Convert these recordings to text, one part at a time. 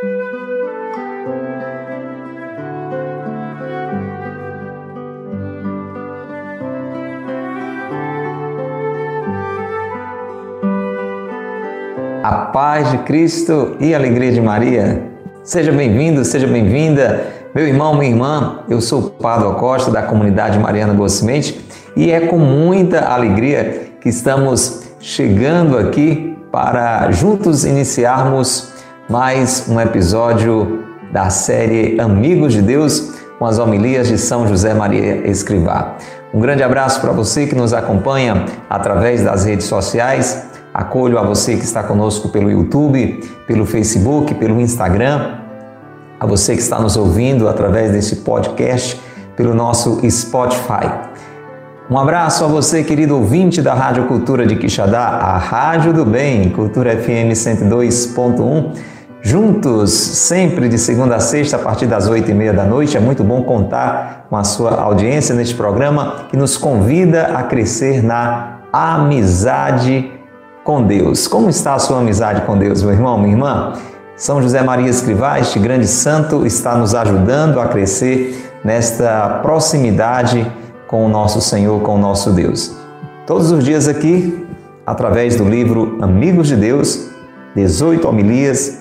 A paz de Cristo e a alegria de Maria. Seja bem-vindo, seja bem-vinda, meu irmão, minha irmã. Eu sou o Padre Costa da comunidade Mariana Boa Semente e é com muita alegria que estamos chegando aqui para juntos iniciarmos mais um episódio da série Amigos de Deus com as homilias de São José Maria Escrivá. Um grande abraço para você que nos acompanha através das redes sociais. Acolho a você que está conosco pelo YouTube, pelo Facebook, pelo Instagram, a você que está nos ouvindo através desse podcast, pelo nosso Spotify. Um abraço a você, querido ouvinte da Rádio Cultura de Quixadá, a Rádio do Bem, Cultura FM 102.1. Juntos, sempre de segunda a sexta, a partir das 8h30 da noite. É muito bom contar com a sua audiência neste programa que nos convida a crescer na amizade com Deus. Como está a sua amizade com Deus, meu irmão, minha irmã? São José Maria Escrivá, este grande santo, está nos ajudando a crescer nesta proximidade com o nosso Senhor, com o nosso Deus. Todos os dias aqui, através do livro Amigos de Deus, 18 homilias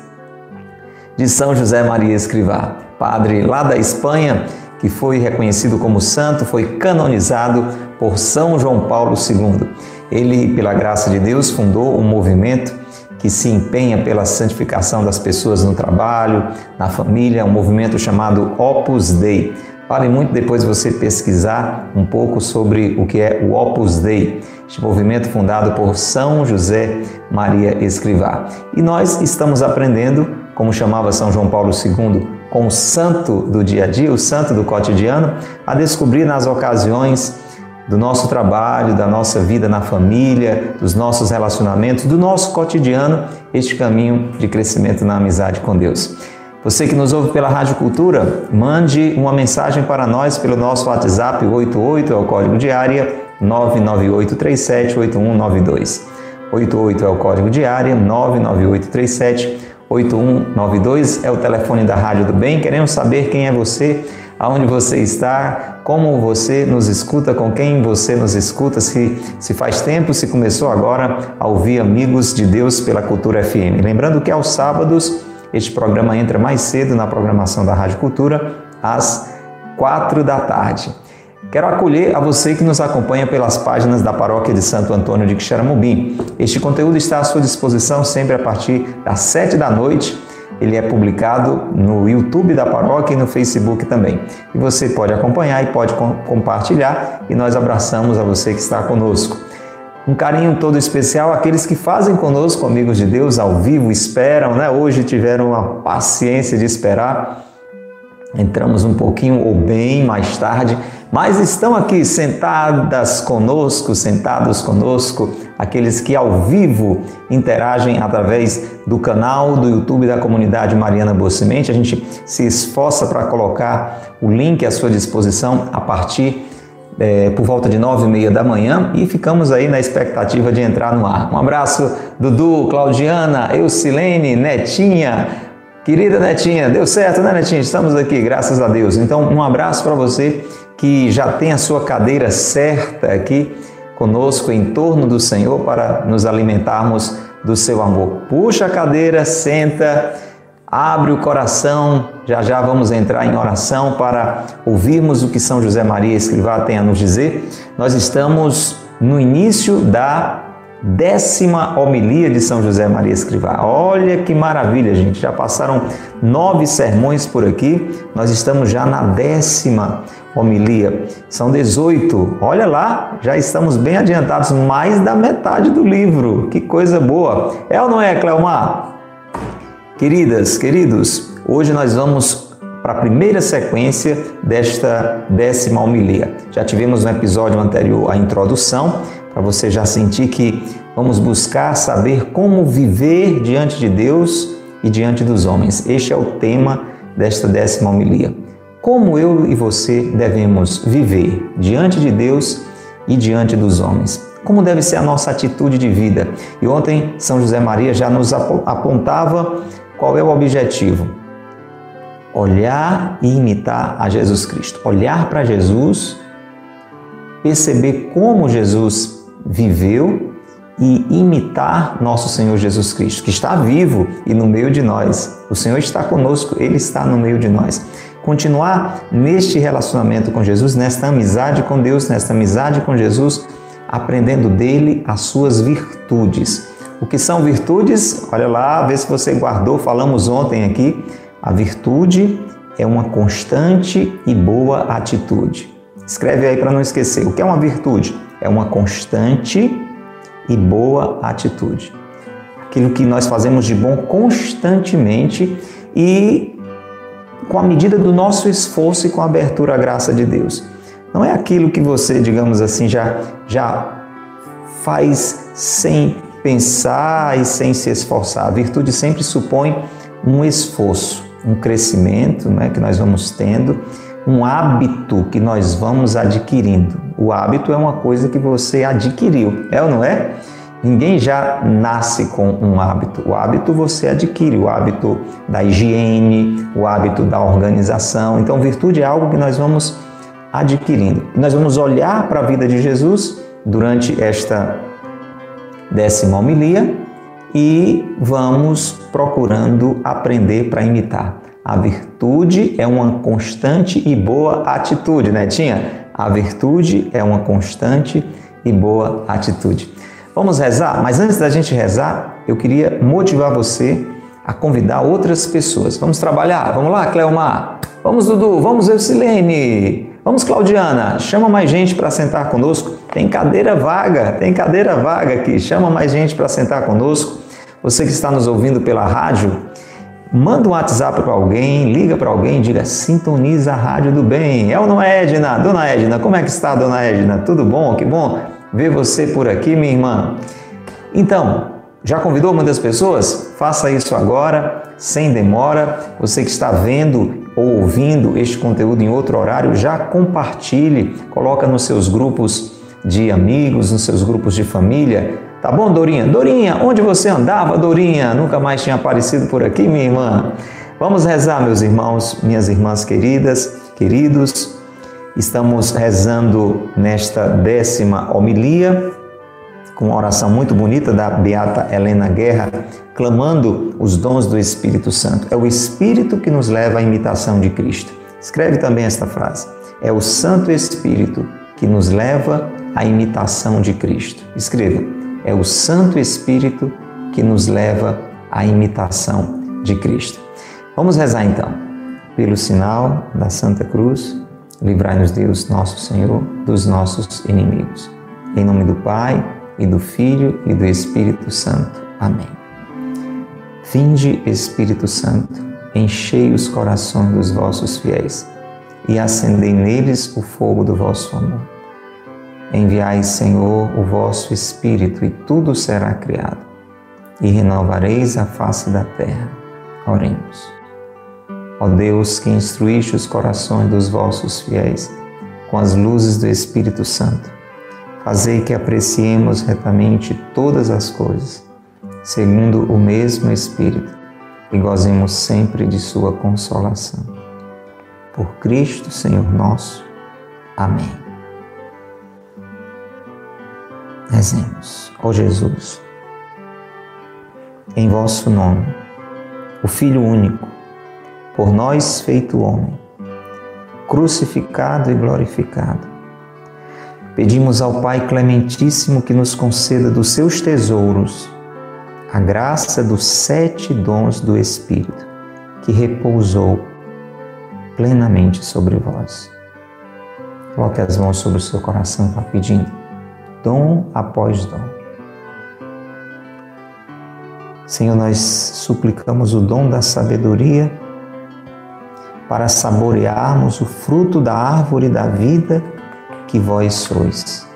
de São José Maria Escrivá, padre lá da Espanha, que foi reconhecido como santo, foi canonizado por São João Paulo II. Ele, pela graça de Deus, fundou um movimento que se empenha pela santificação das pessoas no trabalho, na família, um movimento chamado Opus Dei. Vale muito depois você pesquisar um pouco sobre o que é o Opus Dei, este movimento fundado por São José Maria Escrivá. E nós estamos aprendendo, como chamava São João Paulo II, com o santo do dia a dia, o santo do cotidiano, a descobrir nas ocasiões do nosso trabalho, da nossa vida na família, dos nossos relacionamentos, do nosso cotidiano, este caminho de crescimento na amizade com Deus. Você que nos ouve pela Rádio Cultura, mande uma mensagem para nós pelo nosso WhatsApp, 88 é o código de área, 998378192. 88 é o código de área, 998378192 é o telefone da Rádio do Bem. Queremos saber quem é você, aonde você está, como você nos escuta, com quem você nos escuta, se faz tempo, se começou agora a ouvir Amigos de Deus pela Cultura FM. Lembrando que aos sábados este programa entra mais cedo na programação da Rádio Cultura, às 4 da tarde. Quero acolher a você que nos acompanha pelas páginas da Paróquia de Santo Antônio de Quixeramobim. Este conteúdo está à sua disposição sempre a partir das 7 da noite. Ele é publicado no YouTube da paróquia e no Facebook também. E você pode acompanhar e pode compartilhar, e nós abraçamos a você que está conosco. Um carinho todo especial àqueles que fazem conosco, Amigos de Deus, ao vivo, esperam, né? Hoje tiveram a paciência de esperar. Entramos um pouquinho ou bem mais tarde, mas estão aqui sentados conosco, aqueles que ao vivo interagem através do canal do YouTube da comunidade Mariana Boa Semente. A gente se esforça para colocar o link à sua disposição a partir por volta de 9h30 da manhã e ficamos aí na expectativa de entrar no ar. Um abraço, Dudu, Claudiana, Eucilene, Netinha. Querida Netinha, deu certo, né, Netinha? Estamos aqui, graças a Deus. Então, um abraço para você que já tem a sua cadeira certa aqui conosco, em torno do Senhor, para nos alimentarmos do seu amor. Puxa a cadeira, senta, abre o coração. Já já vamos entrar em oração para ouvirmos o que São José Maria Escrivá tem a nos dizer. Nós estamos no início da 10ª homilia de São José Maria Escrivá. Olha que maravilha, gente. Já passaram 9 sermões por aqui. Nós estamos já na 10ª homilia. São 18. Olha lá, já estamos bem adiantados, mais da metade do livro. Que coisa boa. É ou não é, Cleomar? Queridas, queridos, hoje nós vamos para a primeira sequência desta 10ª homilia. Já tivemos no episódio anterior a introdução, para você já sentir que vamos buscar saber como viver diante de Deus e diante dos homens. Este é o tema desta 10ª homilia. Como eu e você devemos viver diante de Deus e diante dos homens? Como deve ser a nossa atitude de vida? E ontem São José Maria já nos apontava Qual é o objetivo? Olhar e imitar a Jesus Cristo. Olhar para Jesus, perceber como Jesus viveu e imitar nosso Senhor Jesus Cristo, que está vivo e no meio de nós. O Senhor está conosco, Ele está no meio de nós. Continuar neste relacionamento com Jesus, nesta amizade com Deus, nesta amizade com Jesus, aprendendo dele as suas virtudes. O que são virtudes? Olha lá, vê se você guardou, falamos ontem aqui. A virtude é uma constante e boa atitude. Escreve aí para não esquecer. O que é uma virtude? É uma constante e boa atitude. Aquilo que nós fazemos de bom constantemente e com a medida do nosso esforço e com a abertura à graça de Deus. Não é aquilo que você, digamos assim, já faz sem pensar e sem se esforçar. A virtude sempre supõe um esforço, um crescimento, né, que nós vamos tendo, um hábito que nós vamos adquirindo. O hábito é uma coisa que você adquiriu, é ou não é? Ninguém já nasce com um hábito. O hábito você adquire, o hábito da higiene, o hábito da organização. Então, virtude é algo que nós vamos adquirindo. E nós vamos olhar para a vida de Jesus durante esta 10ª homilia e vamos procurando aprender para imitar. A virtude é uma constante e boa atitude, né, Tinha? A virtude é uma constante e boa atitude. Vamos rezar? Mas antes da gente rezar, eu queria motivar você a convidar outras pessoas. Vamos trabalhar? Vamos lá, Cleomar? Vamos, Dudu? Vamos, Eucilene? Vamos, Claudiana? Chama mais gente para sentar conosco. Tem cadeira vaga aqui. Chama mais gente para sentar conosco. Você que está nos ouvindo pela rádio, manda um WhatsApp para alguém, liga para alguém, diga, sintoniza a Rádio do Bem. É ou não é, Edna? Dona Edna, como é que está, Dona Edna? Tudo bom? Que bom ver você por aqui, minha irmã. Então, já convidou muitas pessoas? Faça isso agora, sem demora. Você que está vendo ou ouvindo este conteúdo em outro horário, já compartilhe, coloca nos seus grupos de amigos, nos seus grupos de família. Tá bom, Dorinha? Dorinha, onde você andava, Dorinha? Nunca mais tinha aparecido por aqui, minha irmã. Vamos rezar, meus irmãos, minhas irmãs queridas, queridos. Estamos rezando nesta 10ª homilia, com uma oração muito bonita da Beata Helena Guerra, clamando os dons do Espírito Santo. É o Espírito que nos leva à imitação de Cristo. Escreve também esta frase. É o Santo Espírito que nos leva à imitação de Cristo. Escreva. É o Santo Espírito que nos leva à imitação de Cristo. Vamos rezar então. Pelo sinal da Santa Cruz, livrai-nos Deus, nosso Senhor, dos nossos inimigos. Em nome do Pai, e do Filho, e do Espírito Santo. Amém. Vinde, Espírito Santo, enchei os corações dos vossos fiéis, e acendei neles o fogo do vosso amor. Enviai, Senhor, o vosso Espírito, e tudo será criado, e renovareis a face da terra. Oremos. Ó Deus, que instruíste os corações dos vossos fiéis com as luzes do Espírito Santo, fazei que apreciemos retamente todas as coisas, segundo o mesmo Espírito, e gozemos sempre de sua consolação. Por Cristo, Senhor nosso. Amém. Rezemos. Ó Jesus, em vosso nome, o Filho único, por nós feito homem, crucificado e glorificado, pedimos ao Pai Clementíssimo que nos conceda dos seus tesouros a graça dos 7 dons do Espírito que repousou plenamente sobre vós. Coloque as mãos sobre o seu coração, vá pedindo dom após dom. Senhor, nós suplicamos o dom da sabedoria para saborearmos o fruto da árvore da vida que vós sois,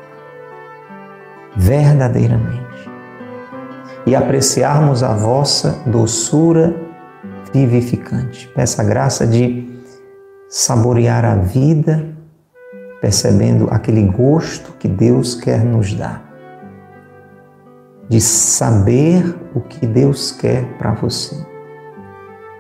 verdadeiramente, e apreciarmos a vossa doçura vivificante. Peça a graça de saborear a vida, percebendo aquele gosto que Deus quer nos dar, de saber o que Deus quer para você.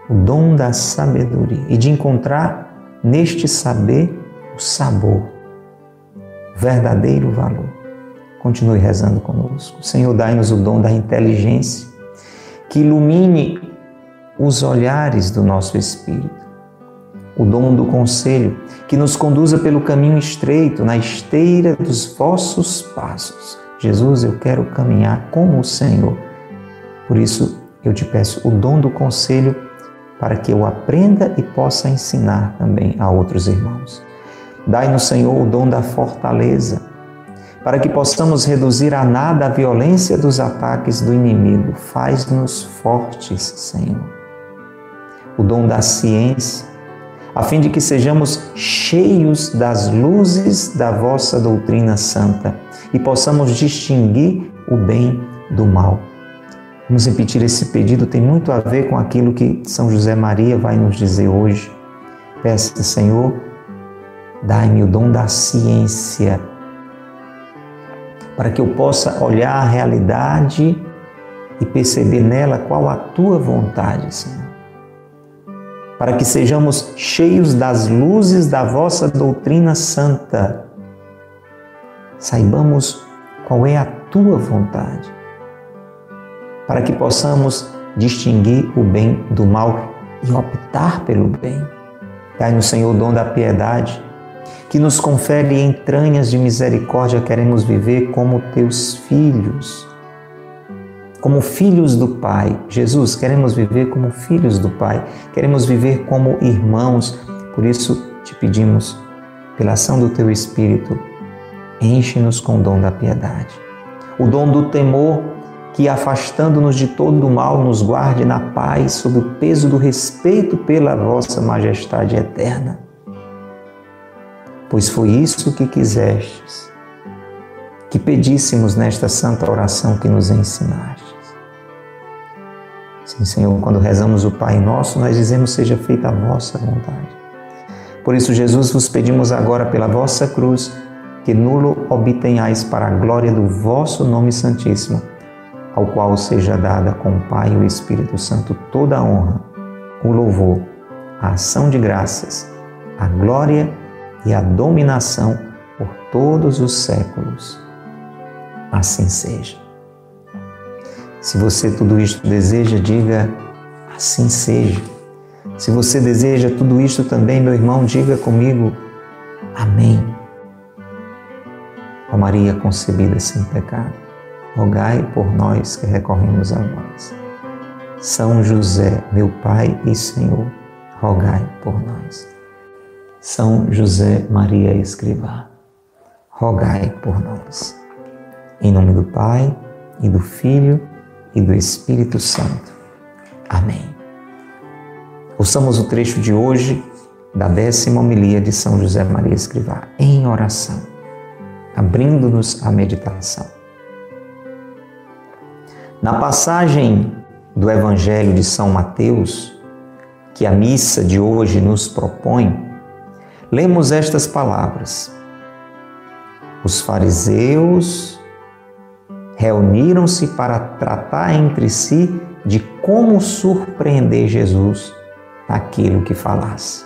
o dom da sabedoria e de encontrar neste saber o sabor, o verdadeiro valor. Continue rezando conosco. Senhor, dai-nos o dom da inteligência que ilumine os olhares do nosso espírito, o dom do conselho que nos conduza pelo caminho estreito, na esteira dos vossos passos. Jesus, eu quero caminhar como o Senhor. Por isso, eu te peço o dom do conselho para que eu aprenda e possa ensinar também a outros irmãos. Dai-nos, Senhor, o dom da fortaleza, para que possamos reduzir a nada a violência dos ataques do inimigo. Faz-nos fortes, Senhor. O dom da ciência, a fim de que sejamos cheios das luzes da vossa doutrina santa e possamos distinguir o bem do mal. Vamos repetir esse pedido, tem muito a ver com aquilo que São José Maria vai nos dizer hoje. Peça, Senhor, dai-me o dom da ciência, para que eu possa olhar a realidade e perceber nela qual a tua vontade, Senhor. Para que sejamos cheios das luzes da vossa doutrina santa. Saibamos qual é a tua vontade. Para que possamos distinguir o bem do mal e optar pelo bem. Dai-nos, Senhor, o dom da piedade, que nos confere entranhas de misericórdia. Queremos viver como teus filhos, como filhos do Pai. Jesus, queremos viver como filhos do Pai, queremos viver como irmãos. Por isso te pedimos, pela ação do teu Espírito, enche-nos com o dom da piedade, o dom do temor, que afastando-nos de todo o mal, nos guarde na paz, sob o peso do respeito pela vossa majestade eterna. Pois foi isso que quisestes, que pedíssemos nesta santa oração que nos ensinastes. Sim, Senhor, quando rezamos o Pai Nosso, nós dizemos: seja feita a vossa vontade. Por isso, Jesus, vos pedimos agora pela vossa cruz, que nulo obtenhais para a glória do vosso nome santíssimo, ao qual seja dada com o Pai e o Espírito Santo toda a honra, o louvor, a ação de graças, a glória e a dominação por todos os séculos. Assim seja. Se você tudo isto deseja, diga: assim seja. Se você deseja tudo isto também, meu irmão, diga comigo: amém. Ó Maria concebida sem pecado, rogai por nós que recorremos a vós. São José, meu Pai e Senhor, rogai por nós. São José Maria Escrivá, rogai por nós. Em nome do Pai, e do Filho, e do Espírito Santo. Amém. Ouçamos o trecho de hoje da 10ª homilia de São José Maria Escrivá, em oração, abrindo-nos a meditação. Na passagem do Evangelho de São Mateus, que a missa de hoje nos propõe, lemos estas palavras: os fariseus reuniram-se para tratar entre si de como surpreender Jesus naquilo que falasse.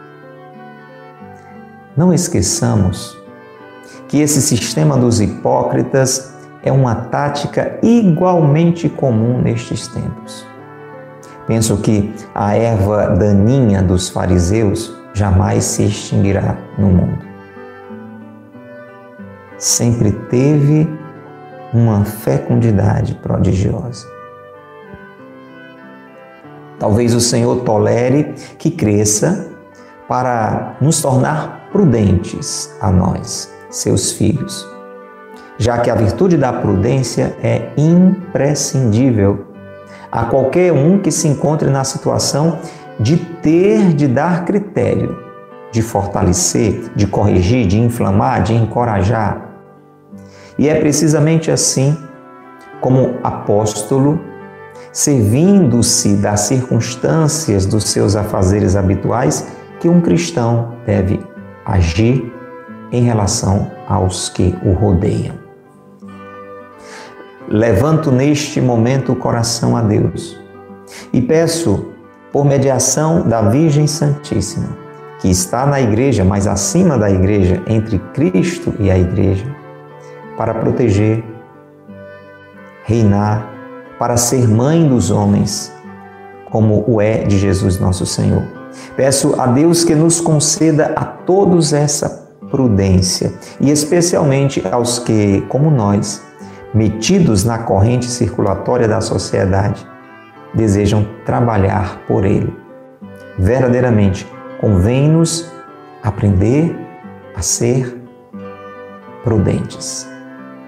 Não esqueçamos que esse sistema dos hipócritas é uma tática igualmente comum nestes tempos. Penso que a erva daninha dos fariseus jamais se extinguirá no mundo. Sempre teve uma fecundidade prodigiosa. Talvez o Senhor tolere que cresça para nos tornar prudentes a nós, seus filhos, já que a virtude da prudência é imprescindível a qualquer um que se encontre na situação de ter de dar critério, de fortalecer, de corrigir, de inflamar, de encorajar. E é precisamente assim, como apóstolo, servindo-se das circunstâncias dos seus afazeres habituais, que um cristão deve agir em relação aos que o rodeiam. Levanto neste momento o coração a Deus e peço por mediação da Virgem Santíssima, que está na igreja, mas acima da igreja, entre Cristo e a igreja, para proteger, reinar, para ser mãe dos homens, como o é de Jesus nosso Senhor. Peço a Deus que nos conceda a todos essa prudência, e especialmente aos que, como nós, metidos na corrente circulatória da sociedade, desejam trabalhar por Ele. Verdadeiramente, convém-nos aprender a ser prudentes.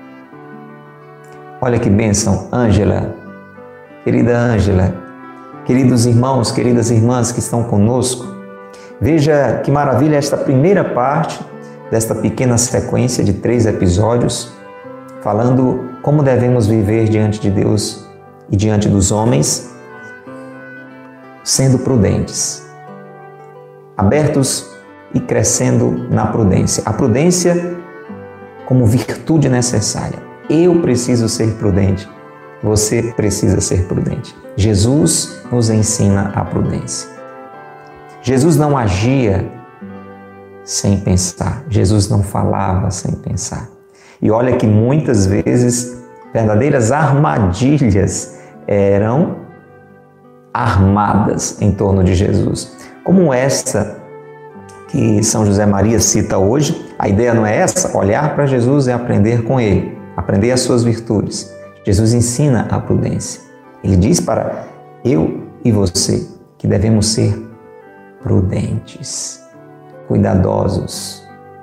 Olha que bênção, Ângela, querida Ângela, queridos irmãos, queridas irmãs que estão conosco. Veja que maravilha esta primeira parte desta pequena sequência de 3 episódios, falando como devemos viver diante de Deus e diante dos homens, sendo prudentes, abertos e crescendo na prudência. A prudência como virtude necessária. Eu preciso ser prudente, você precisa ser prudente. Jesus nos ensina a prudência. Jesus não agia sem pensar, Jesus não falava sem pensar. E olha que muitas vezes verdadeiras armadilhas eram armadas em torno de Jesus, como esta que São José Maria cita hoje. A ideia não é essa? Olhar para Jesus e aprender com Ele, aprender as suas virtudes. Jesus ensina a prudência. Ele diz para eu e você que devemos ser prudentes, cuidadosos.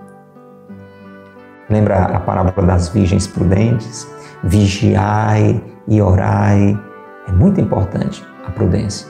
Lembra a parábola das virgens prudentes? Vigiai e orai. É muito importante a prudência.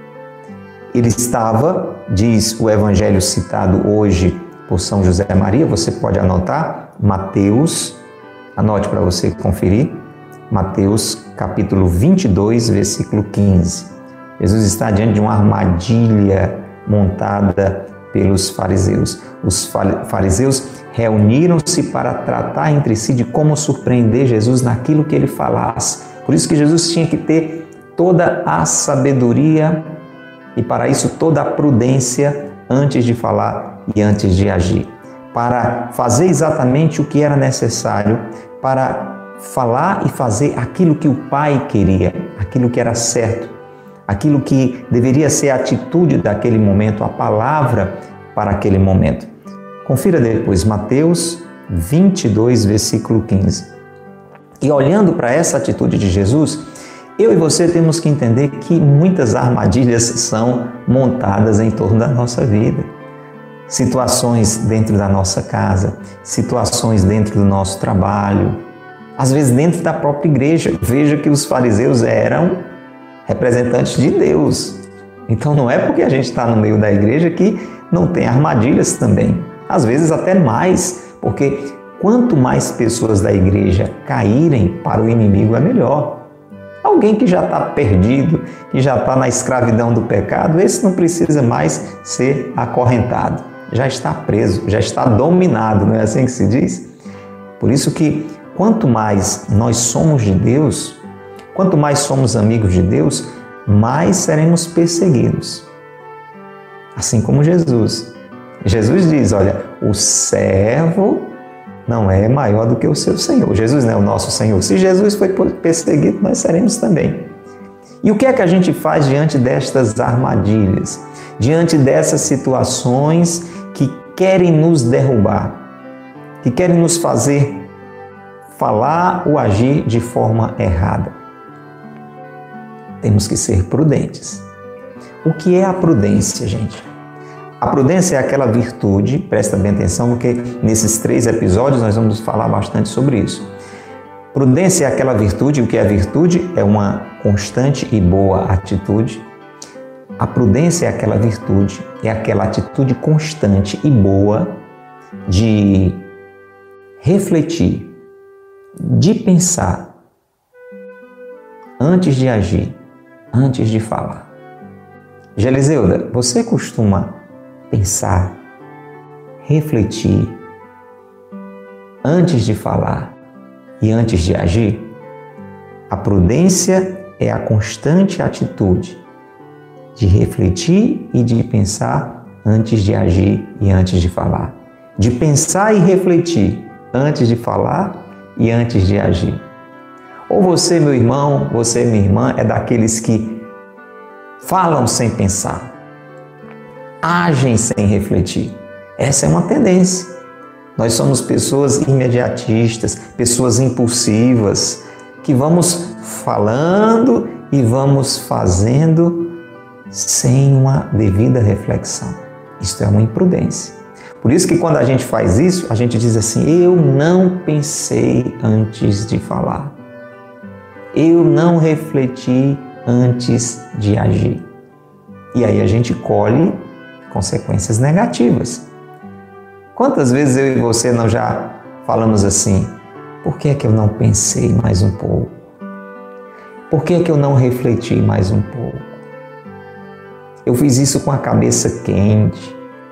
Ele estava, diz o evangelho citado hoje por São José Maria, você pode anotar, Mateus, anote para você conferir, Mateus capítulo 22, versículo 15. Jesus está diante de uma armadilha montada pelos fariseus. Os fariseus reuniram-se para tratar entre si de como surpreender Jesus naquilo que ele falasse. Por isso que Jesus tinha que ter toda a sabedoria e para isso toda a prudência antes de falar e antes de agir, para fazer exatamente o que era necessário, para falar e fazer aquilo que o Pai queria, aquilo que era certo, aquilo que deveria ser a atitude daquele momento, a palavra para aquele momento. Confira depois Mateus 22, versículo 15. E olhando para essa atitude de Jesus, eu e você temos que entender que muitas armadilhas são montadas em torno da nossa vida. Situações dentro da nossa casa, situações dentro do nosso trabalho, às vezes dentro da própria igreja. Veja que os fariseus eram representantes de Deus. Então não é porque a gente está no meio da igreja que não tem armadilhas também. Às vezes até mais, porque quanto mais pessoas da igreja caírem para o inimigo é melhor. Alguém que já está perdido, que já está na escravidão do pecado, esse não precisa mais ser acorrentado. Já está preso, já está dominado, não é assim que se diz? Por isso que quanto mais nós somos de Deus, quanto mais somos amigos de Deus, mais seremos perseguidos. Assim como Jesus. Jesus diz, olha, o servo não é maior do que o seu Senhor. Jesus não é o nosso Senhor. Se Jesus foi perseguido, nós seremos também. E o que é que a gente faz diante destas armadilhas? Diante dessas situações que querem nos derrubar, que querem nos fazer falar ou agir de forma errada. Temos que ser prudentes. O que é a prudência, gente? A prudência é aquela virtude, presta bem atenção, porque nesses 3 episódios nós vamos falar bastante sobre isso. Prudência é aquela virtude, o que é virtude? É uma constante e boa atitude. A prudência é aquela virtude, é aquela atitude constante e boa de refletir, de pensar, antes de agir, antes de falar. Geliseuda, você costuma pensar, refletir, antes de falar e antes de agir? A prudência é a constante atitude de refletir e de pensar antes de agir e antes de falar. De pensar e refletir antes de falar e antes de agir. Ou você, meu irmão, você, minha irmã, é daqueles que falam sem pensar, agem sem refletir. Essa é uma tendência. Nós somos pessoas imediatistas, pessoas impulsivas, que vamos falando e vamos fazendo sem uma devida reflexão. Isto é uma imprudência. Por isso que quando a gente faz isso, a gente diz assim: eu não pensei antes de falar. Eu não refleti antes de agir. E aí a gente colhe consequências negativas. Quantas vezes eu e você não já falamos assim: por que é que eu não pensei mais um pouco? Por que é que eu não refleti mais um pouco? Eu fiz isso com a cabeça quente.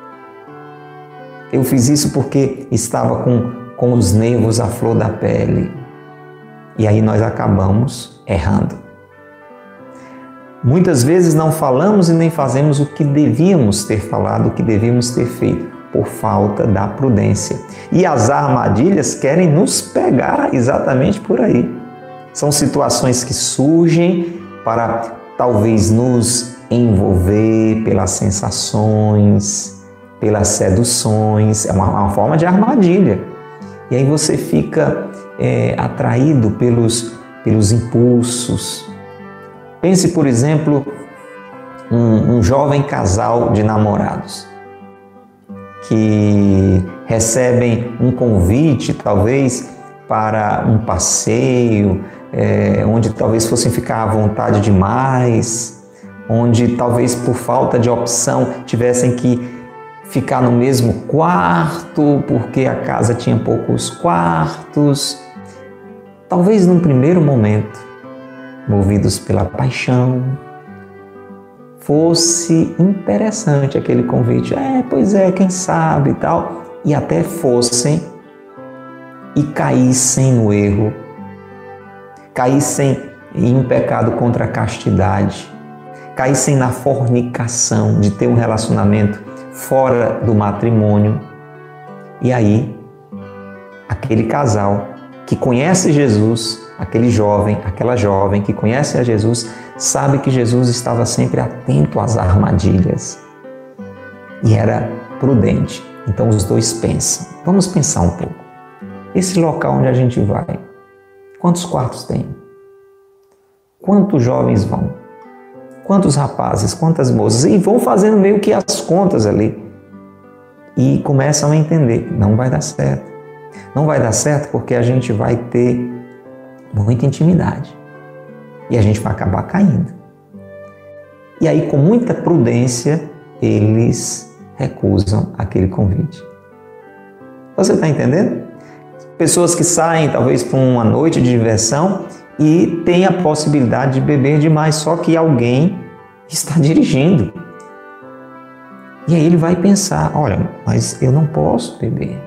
Eu fiz isso porque estava com os nervos à flor da pele. E aí nós acabamos errando. Muitas vezes não falamos e nem fazemos o que devíamos ter falado, o que devíamos ter feito, por falta da prudência. E as armadilhas querem nos pegar exatamente por aí. São situações que surgem para talvez nos envolver pelas sensações, pelas seduções. É uma forma de armadilha. E aí você fica atraído pelos impulsos. Pense, por exemplo, um jovem casal de namorados que recebem um convite, talvez, para um passeio, onde talvez fossem ficar à vontade demais, onde talvez por falta de opção tivessem que ficar no mesmo quarto, porque a casa tinha poucos quartos. Talvez num primeiro momento, movidos pela paixão, fosse interessante aquele convite. Pois é, quem sabe e tal. E até fossem e caíssem no erro, caíssem em um pecado contra a castidade, caíssem na fornicação de ter um relacionamento fora do matrimônio. E aí, aquele casal que conhece Jesus, aquele jovem, aquela jovem que conhece a Jesus, sabe que Jesus estava sempre atento às armadilhas e era prudente. Então os dois pensam. Vamos pensar um pouco. Esse local onde a gente vai, quantos quartos tem? Quantos jovens vão? Quantos rapazes? Quantas moças? E vão fazendo meio que as contas ali. E começam a entender, não vai dar certo. Não vai dar certo porque a gente vai ter muita intimidade. E a gente vai acabar caindo. E aí, com muita prudência, eles recusam aquele convite. Você está entendendo? Pessoas que saem, talvez, para uma noite de diversão e têm a possibilidade de beber demais, só que alguém está dirigindo. E aí ele vai pensar: olha, mas eu não posso beber.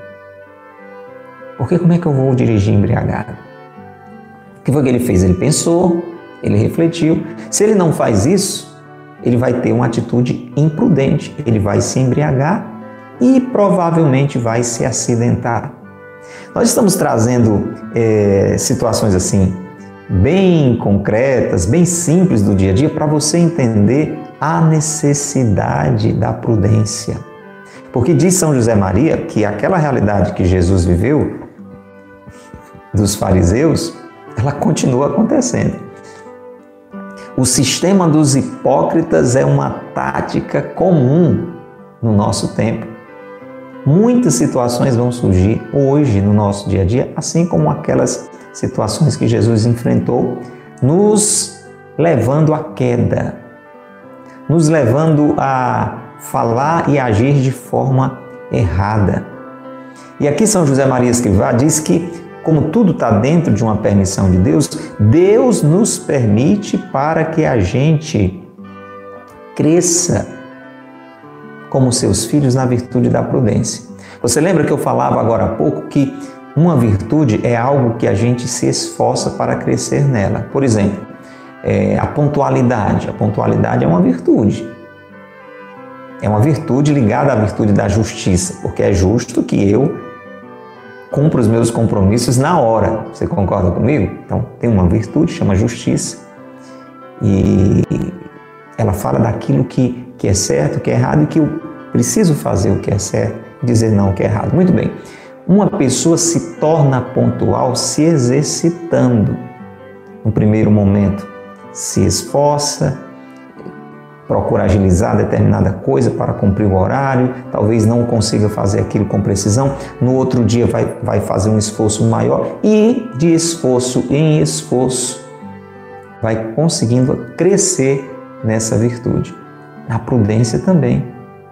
Porque como é que eu vou dirigir embriagado? O que foi que ele fez? Ele pensou, ele refletiu. Se ele não faz isso, ele vai ter uma atitude imprudente. Ele vai se embriagar e provavelmente vai se acidentar. Nós estamos trazendo situações assim, bem concretas, bem simples do dia a dia, para você entender a necessidade da prudência. Porque diz São José Maria que aquela realidade que Jesus viveu dos fariseus, ela continua acontecendo. O sistema dos hipócritas é uma tática comum no nosso tempo. Muitas situações vão surgir hoje no nosso dia a dia, assim como aquelas situações que Jesus enfrentou, nos levando à queda, nos levando a falar e agir de forma errada. E aqui São José Maria Escrivá diz que, como tudo está dentro de uma permissão de Deus, Deus nos permite para que a gente cresça como seus filhos na virtude da prudência. Você lembra que eu falava agora há pouco que uma virtude é algo que a gente se esforça para crescer nela. Por exemplo, a pontualidade. A pontualidade é uma virtude. É uma virtude ligada à virtude da justiça, porque é justo que eu cumpra os meus compromissos na hora. Você concorda comigo? Então, tem uma virtude, chama justiça, e ela fala daquilo que é certo, o que é errado, e que eu preciso fazer o que é certo e dizer não o que é errado. Muito bem. Uma pessoa se torna pontual se exercitando. No primeiro momento, se esforça, procura agilizar determinada coisa para cumprir o horário, talvez não consiga fazer aquilo com precisão, no outro dia vai fazer um esforço maior e de esforço em esforço vai conseguindo crescer nessa virtude. Na prudência também.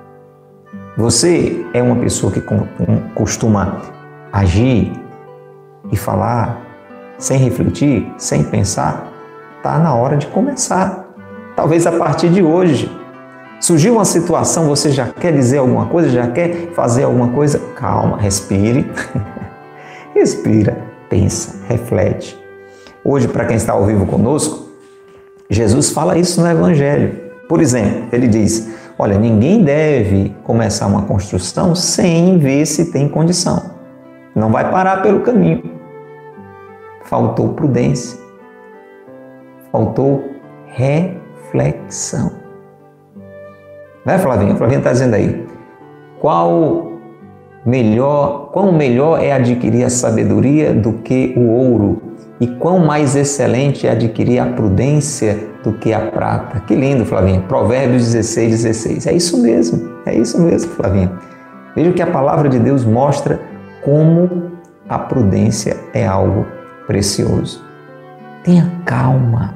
Você é uma pessoa que costuma agir e falar sem refletir, sem pensar? Está na hora de começar. Talvez a partir de hoje. Surgiu uma situação, você já quer dizer alguma coisa, já quer fazer alguma coisa? Calma, respire. Respira, pensa, reflete. Hoje, para quem está ao vivo conosco, Jesus fala isso no Evangelho. Por exemplo, ele diz, olha, ninguém deve começar uma construção sem ver se tem condição. Não vai parar pelo caminho. Faltou prudência. Faltou reflexão. Né, Flavinha? Flavinha está dizendo aí, quão melhor é adquirir a sabedoria do que o ouro, e quão mais excelente é adquirir a prudência do que a prata. Que lindo, Flavinha. Provérbios 16:16. É isso mesmo, Flavinha. Veja que a palavra de Deus mostra como a prudência é algo precioso. Tenha calma.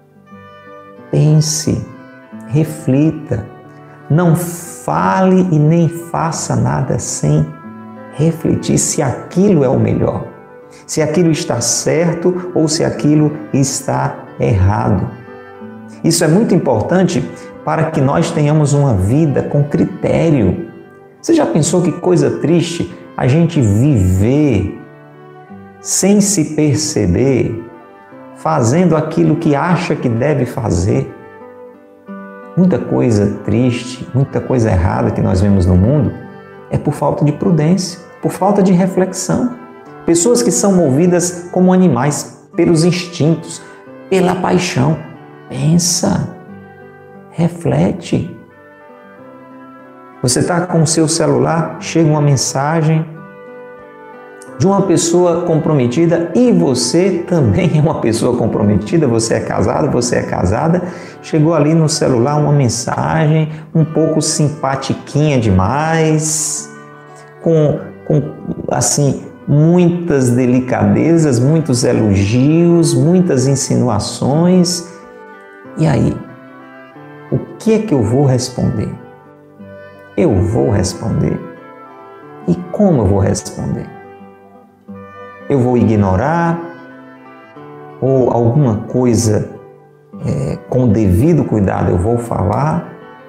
Pense, reflita, não fale e nem faça nada sem refletir se aquilo é o melhor, se aquilo está certo ou se aquilo está errado. Isso é muito importante para que nós tenhamos uma vida com critério. Você já pensou que coisa triste a gente viver sem se perceber, fazendo aquilo que acha que deve fazer? Muita coisa triste, muita coisa errada que nós vemos no mundo é por falta de prudência, por falta de reflexão. Pessoas que são movidas como animais, pelos instintos, pela paixão. Pensa, reflete. Você está com o seu celular, chega uma mensagem de uma pessoa comprometida e você também é uma pessoa comprometida, você é casado, você é casada, chegou ali no celular uma mensagem um pouco simpatiquinha demais, com assim, muitas delicadezas, muitos elogios, muitas insinuações. E aí, o que é que eu vou responder? Eu vou responder? E como eu vou responder? Eu vou ignorar ou alguma coisa com o devido cuidado eu vou falar?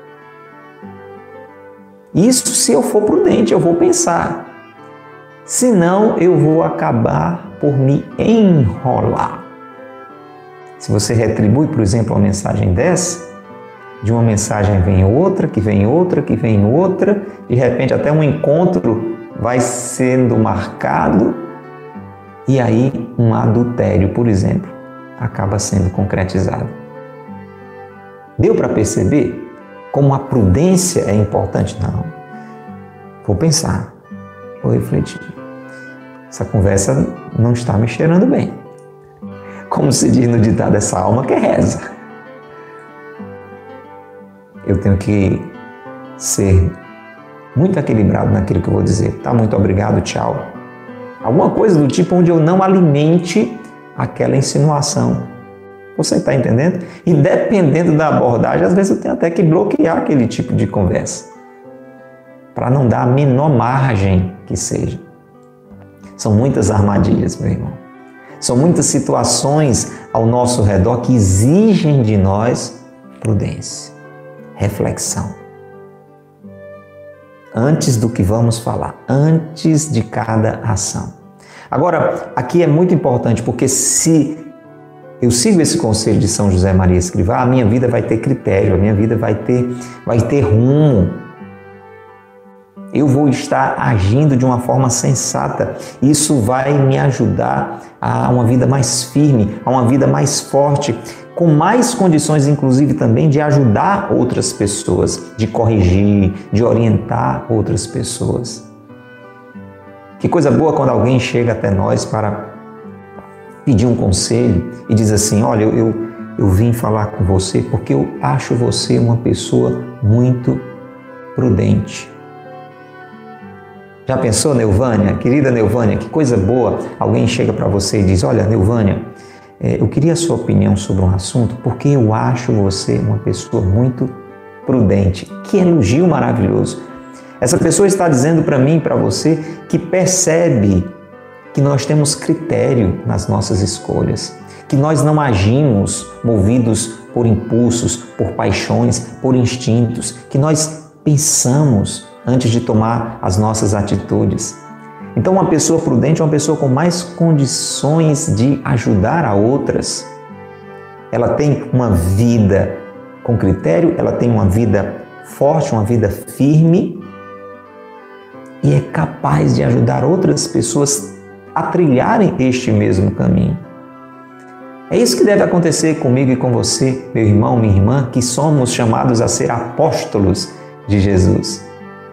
Isso se eu for prudente, eu vou pensar. Senão eu vou acabar por me enrolar. Se você retribui, por exemplo, uma mensagem dessa, de uma mensagem vem outra, que vem outra, que vem outra, de repente até um encontro vai sendo marcado, e aí um adultério, por exemplo, acaba sendo concretizado. Deu para perceber como a prudência é importante? Não. Vou pensar, vou refletir. Essa conversa não está me cheirando bem. Como se diz no ditado, essa alma que reza. Eu tenho que ser muito equilibrado naquilo que eu vou dizer. Tá, muito obrigado, tchau. Alguma coisa do tipo onde eu não alimente aquela insinuação. Você está entendendo? E dependendo da abordagem, às vezes eu tenho até que bloquear aquele tipo de conversa, para não dar a menor margem que seja. São muitas armadilhas, meu irmão. São muitas situações ao nosso redor que exigem de nós prudência, reflexão. Antes do que vamos falar, antes de cada ação. Agora, aqui é muito importante, porque se eu sigo esse conselho de São José Maria Escrivá, a minha vida vai ter critério, a minha vida vai ter rumo. Eu vou estar agindo de uma forma sensata. Isso vai me ajudar a uma vida mais firme, a uma vida mais forte, com mais condições, inclusive, também de ajudar outras pessoas, de corrigir, de orientar outras pessoas. Que coisa boa quando alguém chega até nós para pedir um conselho e diz assim: olha, eu vim falar com você porque eu acho você uma pessoa muito prudente. Já pensou, Neuvânia? Querida Neuvânia, que coisa boa. Alguém chega para você e diz: olha, Neuvânia, eu queria a sua opinião sobre um assunto porque eu acho você uma pessoa muito prudente. Que elogio maravilhoso. Essa pessoa está dizendo para mim e para você que percebe que nós temos critério nas nossas escolhas, que nós não agimos movidos por impulsos, por paixões, por instintos, que nós pensamos antes de tomar as nossas atitudes. Então, uma pessoa prudente é uma pessoa com mais condições de ajudar a outras. Ela tem uma vida com critério, ela tem uma vida forte, uma vida firme e é capaz de ajudar outras pessoas a trilharem este mesmo caminho. É isso que deve acontecer comigo e com você, meu irmão, minha irmã, que somos chamados a ser apóstolos de Jesus.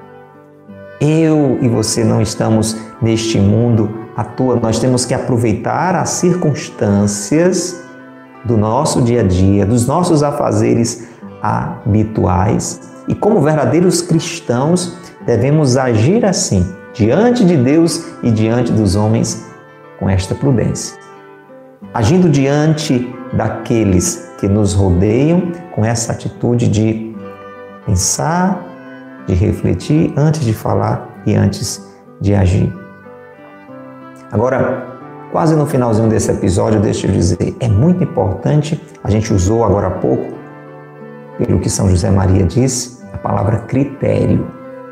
Eu e você não estamos neste mundo à toa, nós temos que aproveitar as circunstâncias do nosso dia a dia, dos nossos afazeres habituais e, como verdadeiros cristãos, devemos agir assim, diante de Deus e diante dos homens, com esta prudência. Agindo diante daqueles que nos rodeiam, com essa atitude de pensar, de refletir antes de falar e antes de agir. Agora, quase no finalzinho desse episódio, deixa eu dizer, é muito importante, a gente usou agora há pouco, pelo que São José Maria disse, a palavra critério.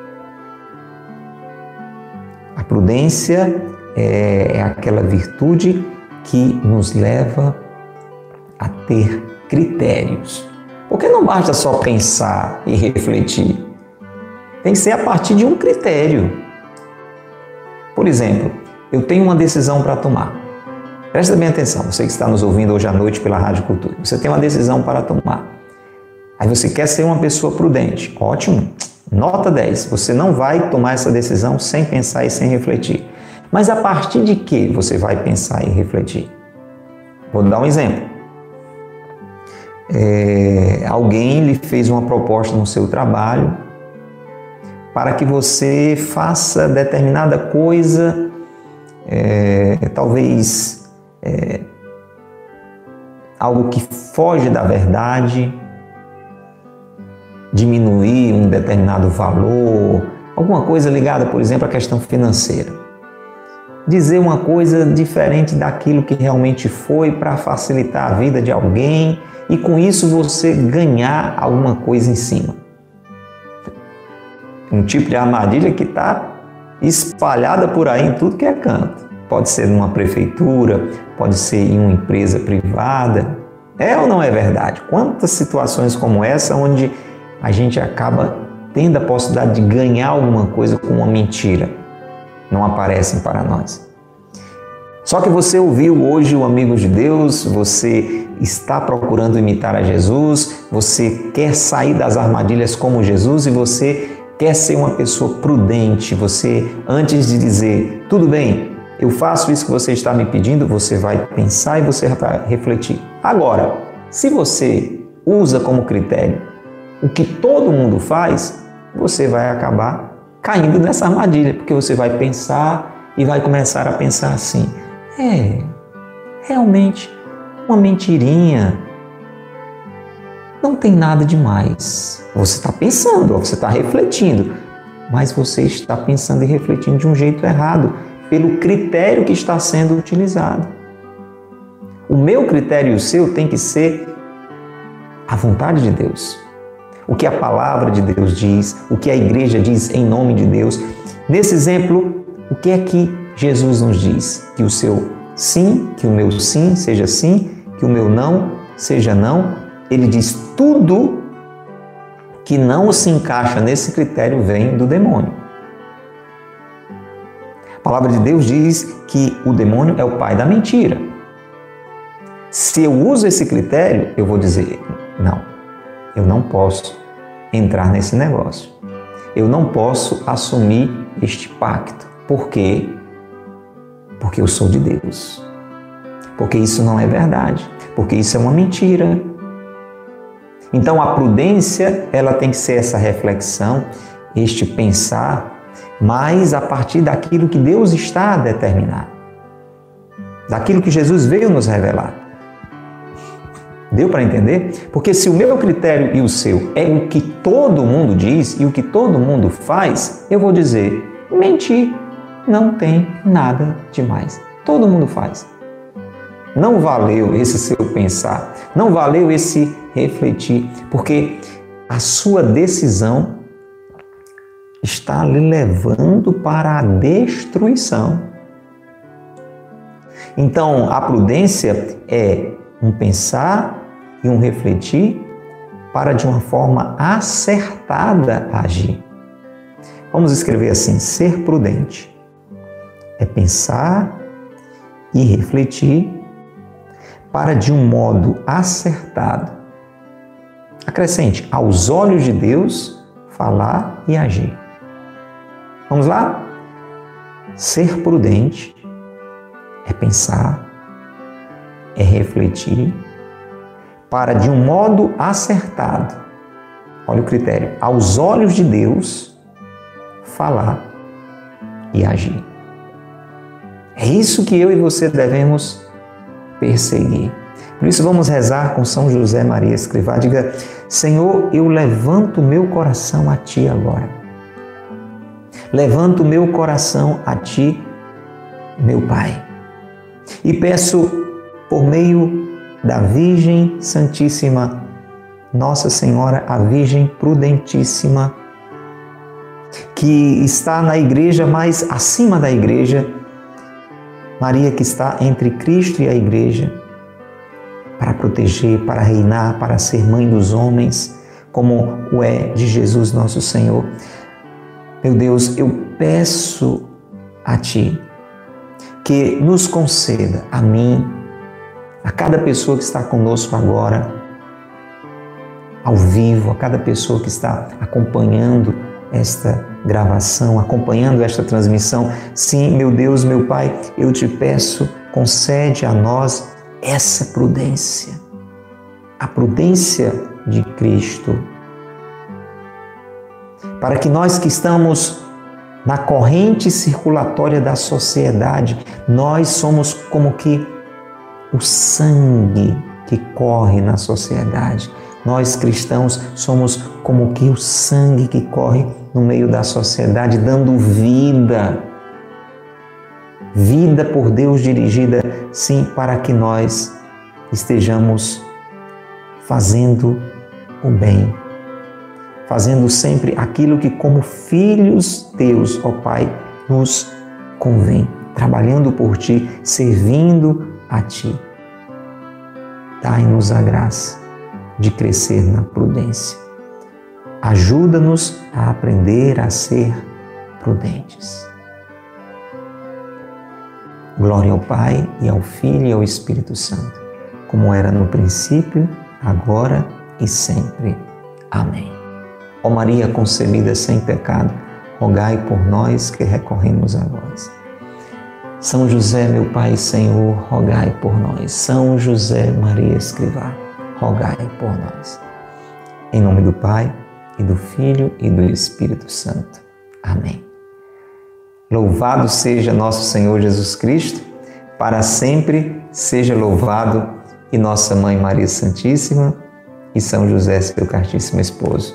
A prudência é aquela virtude que nos leva a ter critérios. Porque não basta só pensar e refletir. Tem que ser a partir de um critério. Por exemplo, eu tenho uma decisão para tomar. Presta bem atenção, você que está nos ouvindo hoje à noite pela Rádio Cultura. Você tem uma decisão para tomar. Aí você quer ser uma pessoa prudente. Ótimo, nota 10. Você não vai tomar essa decisão sem pensar e sem refletir. Mas a partir de que você vai pensar e refletir? Vou dar um exemplo. Alguém lhe fez uma proposta no seu trabalho para que você faça determinada coisa, talvez algo que foge da verdade, diminuir um determinado valor, alguma coisa ligada, por exemplo, à questão financeira. Dizer uma coisa diferente daquilo que realmente foi para facilitar a vida de alguém e com isso você ganhar alguma coisa em cima. Um tipo de armadilha que está espalhada por aí em tudo que é canto. Pode ser numa prefeitura, pode ser em uma empresa privada. É ou não é verdade? Quantas situações como essa onde a gente acaba tendo a possibilidade de ganhar alguma coisa com uma mentira não aparecem para nós. Só que você ouviu hoje o Amigo de Deus, você está procurando imitar a Jesus, você quer sair das armadilhas como Jesus e você quer ser uma pessoa prudente. Você, antes de dizer, tudo bem, eu faço isso que você está me pedindo, você vai pensar e você vai refletir. Agora, se você usa como critério o que todo mundo faz, você vai acabar caindo nessa armadilha, porque você vai pensar e vai começar a pensar assim, realmente, uma mentirinha não tem nada demais. Você está pensando, você está refletindo, mas você está pensando e refletindo de um jeito errado, pelo critério que está sendo utilizado. O meu critério e o seu tem que ser a vontade de Deus. O que a palavra de Deus diz, o que a igreja diz em nome de Deus. Nesse exemplo, o que é que Jesus nos diz? Que o seu sim, que o meu sim seja sim, que o meu não seja não. Ele diz: tudo que não se encaixa nesse critério vem do demônio. A palavra de Deus diz que o demônio é o pai da mentira. Se eu uso esse critério, eu vou dizer: não, eu não posso entrar nesse negócio. Eu não posso assumir este pacto. Por quê? Porque eu sou de Deus. Porque isso não é verdade. Porque isso é uma mentira. Então a prudência, ela tem que ser essa reflexão, este pensar, mas a partir daquilo que Deus está a determinar. Daquilo que Jesus veio nos revelar. Deu para entender? Porque se o meu critério e o seu é o que todo mundo diz e o que todo mundo faz, eu vou dizer: mentir não tem nada demais. Todo mundo faz. Não valeu esse seu pensar, não valeu esse refletir, porque a sua decisão está lhe levando para a destruição. Então, a prudência é um pensar e um refletir para, de uma forma acertada, agir. Vamos escrever assim: ser prudente é pensar e refletir para, de um modo acertado, acrescente, aos olhos de Deus, falar e agir. Vamos lá? Ser prudente é pensar, é refletir, para, de um modo acertado, olha o critério, aos olhos de Deus, falar e agir. É isso que eu e você devemos perseguir. Por isso vamos rezar com São José Maria Escrivá. Diga: Senhor, eu levanto meu coração a Ti agora. Levanto meu coração a Ti, meu Pai. E peço, por meio da Virgem Santíssima, Nossa Senhora, a Virgem Prudentíssima, que está na igreja, mas acima da igreja, Maria que está entre Cristo e a igreja, para proteger, para reinar, para ser mãe dos homens, como o é de Jesus nosso Senhor. Meu Deus, eu peço a Ti que nos conceda, a mim, a cada pessoa que está conosco agora, ao vivo, a cada pessoa que está acompanhando esta gravação, acompanhando esta transmissão. Sim, meu Deus, meu Pai, eu Te peço, concede a nós essa prudência, a prudência de Cristo, para que nós que estamos na corrente circulatória da sociedade, nós somos como que o sangue que corre na sociedade. Nós cristãos somos como que o sangue que corre no meio da sociedade, dando vida. Vida por Deus dirigida, sim, para que nós estejamos fazendo o bem. Fazendo sempre aquilo que, como filhos Teus, ó Pai, nos convém. Trabalhando por Ti, servindo a Ti. Dai-nos a graça de crescer na prudência. Ajuda-nos a aprender a ser prudentes. Glória ao Pai, e ao Filho, e ao Espírito Santo, como era no princípio, agora e sempre. Amém. Ó Maria concebida sem pecado, rogai por nós que recorremos a vós. São José, meu Pai e Senhor, rogai por nós. São José Maria Escrivá, rogai por nós. Em nome do Pai, e do Filho, e do Espírito Santo. Amém. Louvado seja nosso Senhor Jesus Cristo, para sempre seja louvado, e nossa Mãe Maria Santíssima, e São José, seu castíssimo esposo.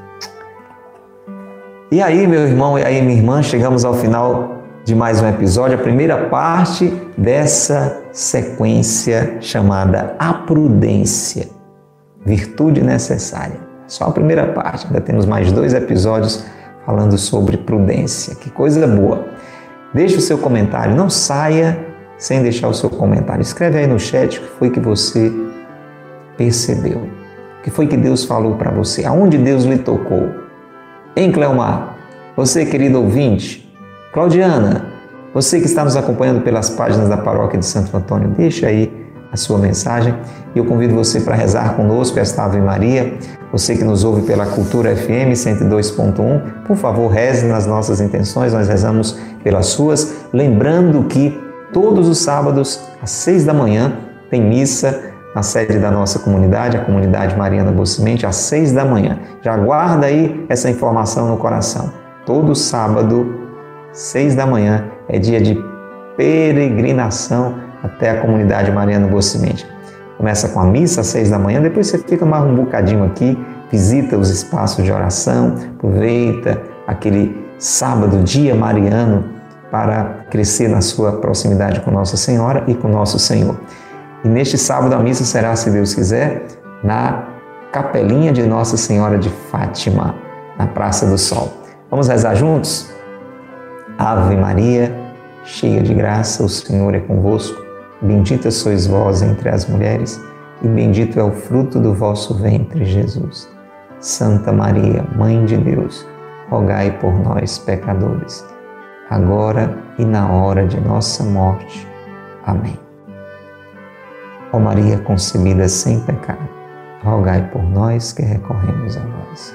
E aí, meu irmão, e aí, minha irmã, chegamos ao final de mais um episódio, a primeira parte dessa sequência chamada A Prudência, virtude necessária. Só a primeira parte, ainda temos mais 2 episódios falando sobre prudência. Que coisa boa! Deixe o seu comentário, não saia sem deixar o seu comentário. Escreve aí no chat o que foi que você percebeu, o que foi que Deus falou para você, aonde Deus lhe tocou. Hein, Cleomar? Você, querido ouvinte, Claudiana, você que está nos acompanhando pelas páginas da Paróquia de Santo Antônio, deixa aí a sua mensagem e eu convido você para rezar conosco esta Ave Maria. Você que nos ouve pela Cultura FM 102.1, por favor, reze nas nossas intenções, nós rezamos pelas suas, lembrando que todos os sábados, às 6 da manhã, tem missa na sede da nossa comunidade, a Comunidade Mariana Boa Semente, às 6 da manhã. Já guarda aí essa informação no coração. Todo sábado, 6 da manhã, é dia de peregrinação até a Comunidade Mariana Boa Semente. Começa com a missa às 6 da manhã, depois você fica mais um bocadinho aqui, visita os espaços de oração, aproveita aquele sábado, dia mariano, para crescer na sua proximidade com Nossa Senhora e com Nosso Senhor. E neste sábado a missa será, se Deus quiser, na Capelinha de Nossa Senhora de Fátima, na Praça do Sol. Vamos rezar juntos? Ave Maria, cheia de graça, o Senhor é convosco. Bendita sois vós entre as mulheres e bendito é o fruto do vosso ventre, Jesus. Santa Maria, Mãe de Deus, rogai por nós, pecadores, agora e na hora de nossa morte. Amém. Ó Maria concebida sem pecado, rogai por nós que recorremos a vós.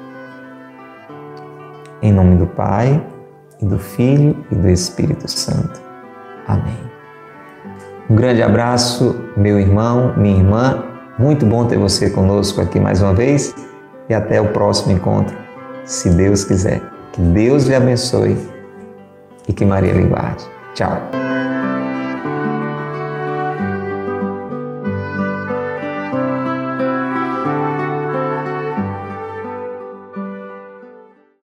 Em nome do Pai, e do Filho e do Espírito Santo. Amém. Um grande abraço, meu irmão, minha irmã. Muito bom ter você conosco aqui mais uma vez e até o próximo encontro, se Deus quiser. Que Deus lhe abençoe e que Maria lhe guarde. Tchau.